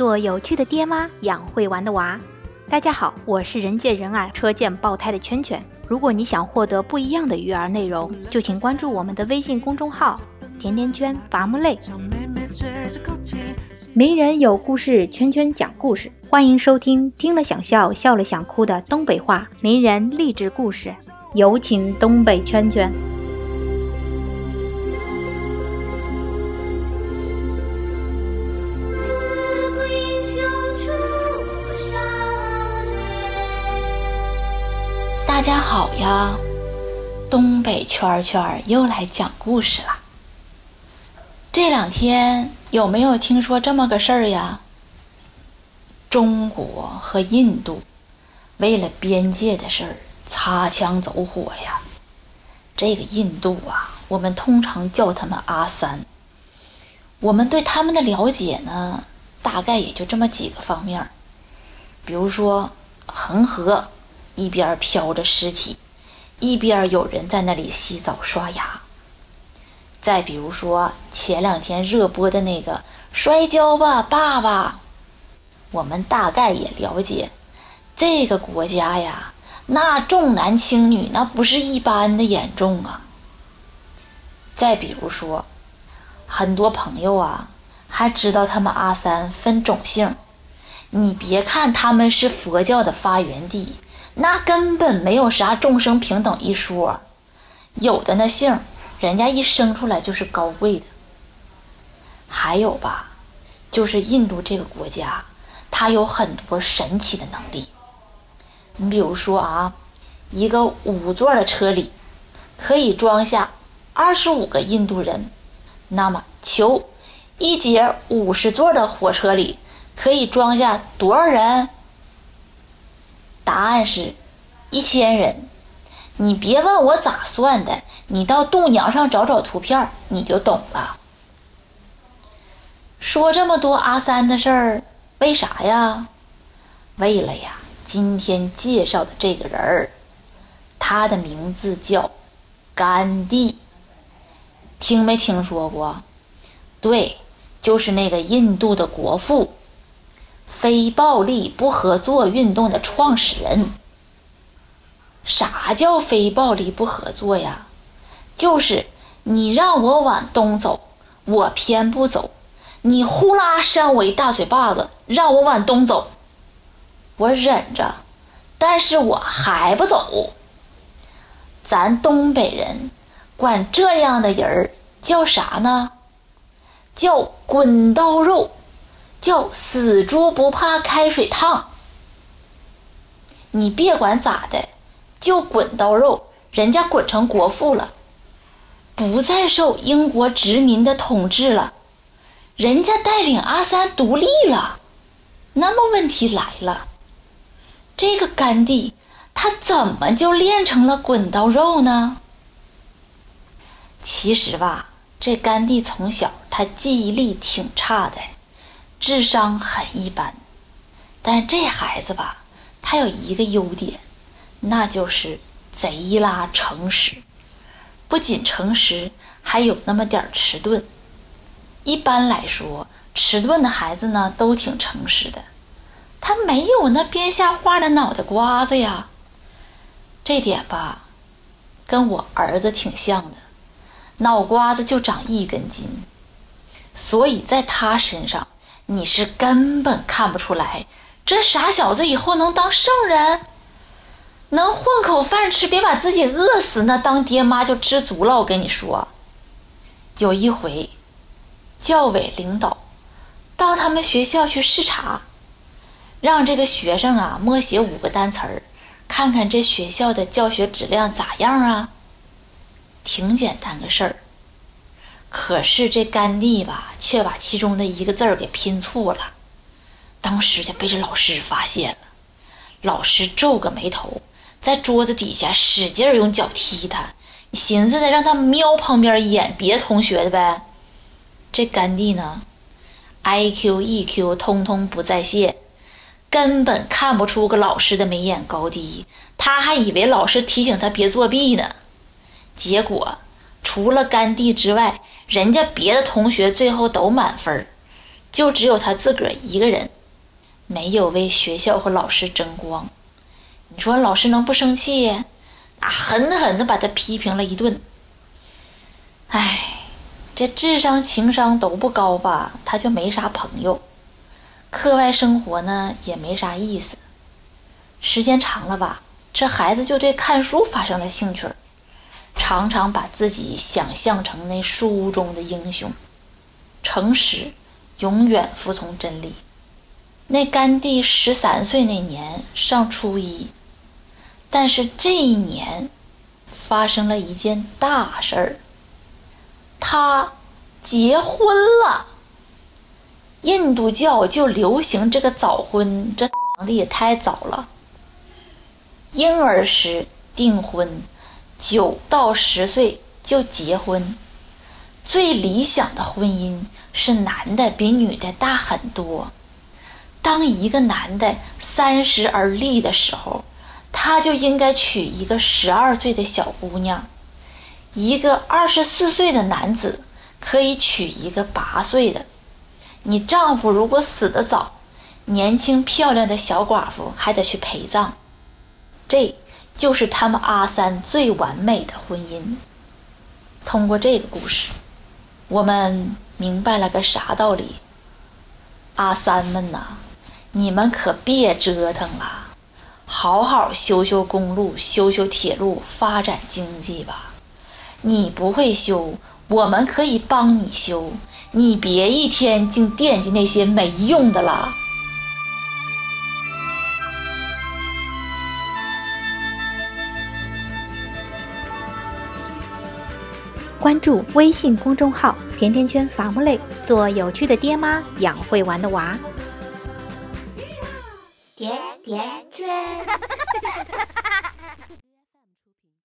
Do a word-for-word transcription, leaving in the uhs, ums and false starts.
做有趣的爹妈，养会玩的娃。大家好，我是人见人爱、车见爆胎的圈圈。如果你想获得不一样的育儿内容，就请关注我们的微信公众号甜甜圈伐木累。名人有故事，圈圈讲故事，欢迎收听听了想笑笑了想哭的东北话名人励志故事，有请东北圈圈。 大家好呀，东北圈圈又来讲故事了。这两天有没有听说这么个事儿呀？中国和印度为了边界的事儿擦枪走火呀。这个印度啊，我们通常叫他们阿三。我们对他们的了解呢，大概也就这么几个方面。比如说恒河一边飘着尸体，一边有人在那里洗澡刷牙。再比如说前两天热播的那个摔跤吧爸爸，我们大概也了解这个国家呀，那重男轻女那不是一般的严重啊。再比如说很多朋友啊还知道他们阿三分种姓，你别看他们是佛教的发源地，那根本没有啥众生平等一说，有的那姓人家一生出来就是高贵的。还有吧，就是印度这个国家它有很多神奇的能力。你比如说啊，一个五座的车里可以装下二十五个印度人，那么求一节五十座的火车里可以装下多少人？答案是一千人。你别问我咋算的，你到度娘上找找图片你就懂了。说这么多阿三的事儿，为啥呀？为了呀，今天介绍的这个人儿，他的名字叫甘地。听没听说过？对，就是那个印度的国父，非暴力不合作运动的创始人。啥叫非暴力不合作呀？就是你让我往东走，我偏不走，你呼啦扇我一大嘴巴子，让我往东走，我忍着，但是我还不走。咱东北人管这样的人叫啥呢？叫滚刀肉，叫死猪不怕开水烫。你别管咋的，就滚刀肉，人家滚成国父了，不再受英国殖民的统治了，人家带领阿三独立了。那么问题来了，这个甘地他怎么就练成了滚刀肉呢？其实吧，这甘地从小他记忆力挺差的，智商很一般。但是这孩子吧，他有一个优点，那就是贼拉诚实。不仅诚实，还有那么点迟钝。一般来说，迟钝的孩子呢都挺诚实的，他没有那编瞎话的脑袋瓜子呀。这点吧，跟我儿子挺像的，脑瓜子就长一根筋，所以在他身上你是根本看不出来这傻小子以后能当圣人，能混口饭吃，别把自己饿死，那当爹妈就知足了。我跟你说，有一回教委领导到他们学校去视察，让这个学生啊默写五个单词儿，看看这学校的教学质量咋样啊。挺简单个事儿，可是这甘地吧却把其中的一个字儿给拼错了，当时就被这老师发现了。老师皱个眉头，在桌子底下使劲用脚踢他，你寻思的让他瞄旁边一眼别的同学的呗。这甘地呢 I Q E Q 通通不在线，根本看不出个老师的眉眼高低，他还以为老师提醒他别作弊呢。结果除了甘地之外，人家别的同学最后都满分， 就只有他自个儿一个人，没有为学校和老师争光。你说老师能不生气？啊，狠狠地把他批评了一顿。唉，这智商情商都不高吧，他就没啥朋友，课外生活呢也没啥意思。时间长了吧，这孩子就对看书发生了兴趣，常常把自己想象成那书中的英雄，诚实，永远服从真理。那甘地十三岁那年上初一，但是这一年发生了一件大事儿，他结婚了。印度教就流行这个早婚，这的也太早了。婴儿时订婚，九到十岁就结婚。最理想的婚姻是男的比女的大很多。当一个男的三十而立的时候，他就应该娶一个十二岁的小姑娘。一个二十四岁的男子可以娶一个八岁的。你丈夫如果死得早，年轻漂亮的小寡妇还得去陪葬。这就是他们阿三最完美的婚姻。通过这个故事，我们明白了个啥道理？阿三们呐，你们可别折腾了，好好修修公路，修修铁路，发展经济吧。你不会修，我们可以帮你修，你别一天净惦记那些没用的啦。 关注微信公众号甜甜圈伐木累，做有趣的爹妈，养会玩的娃。 甜甜圈。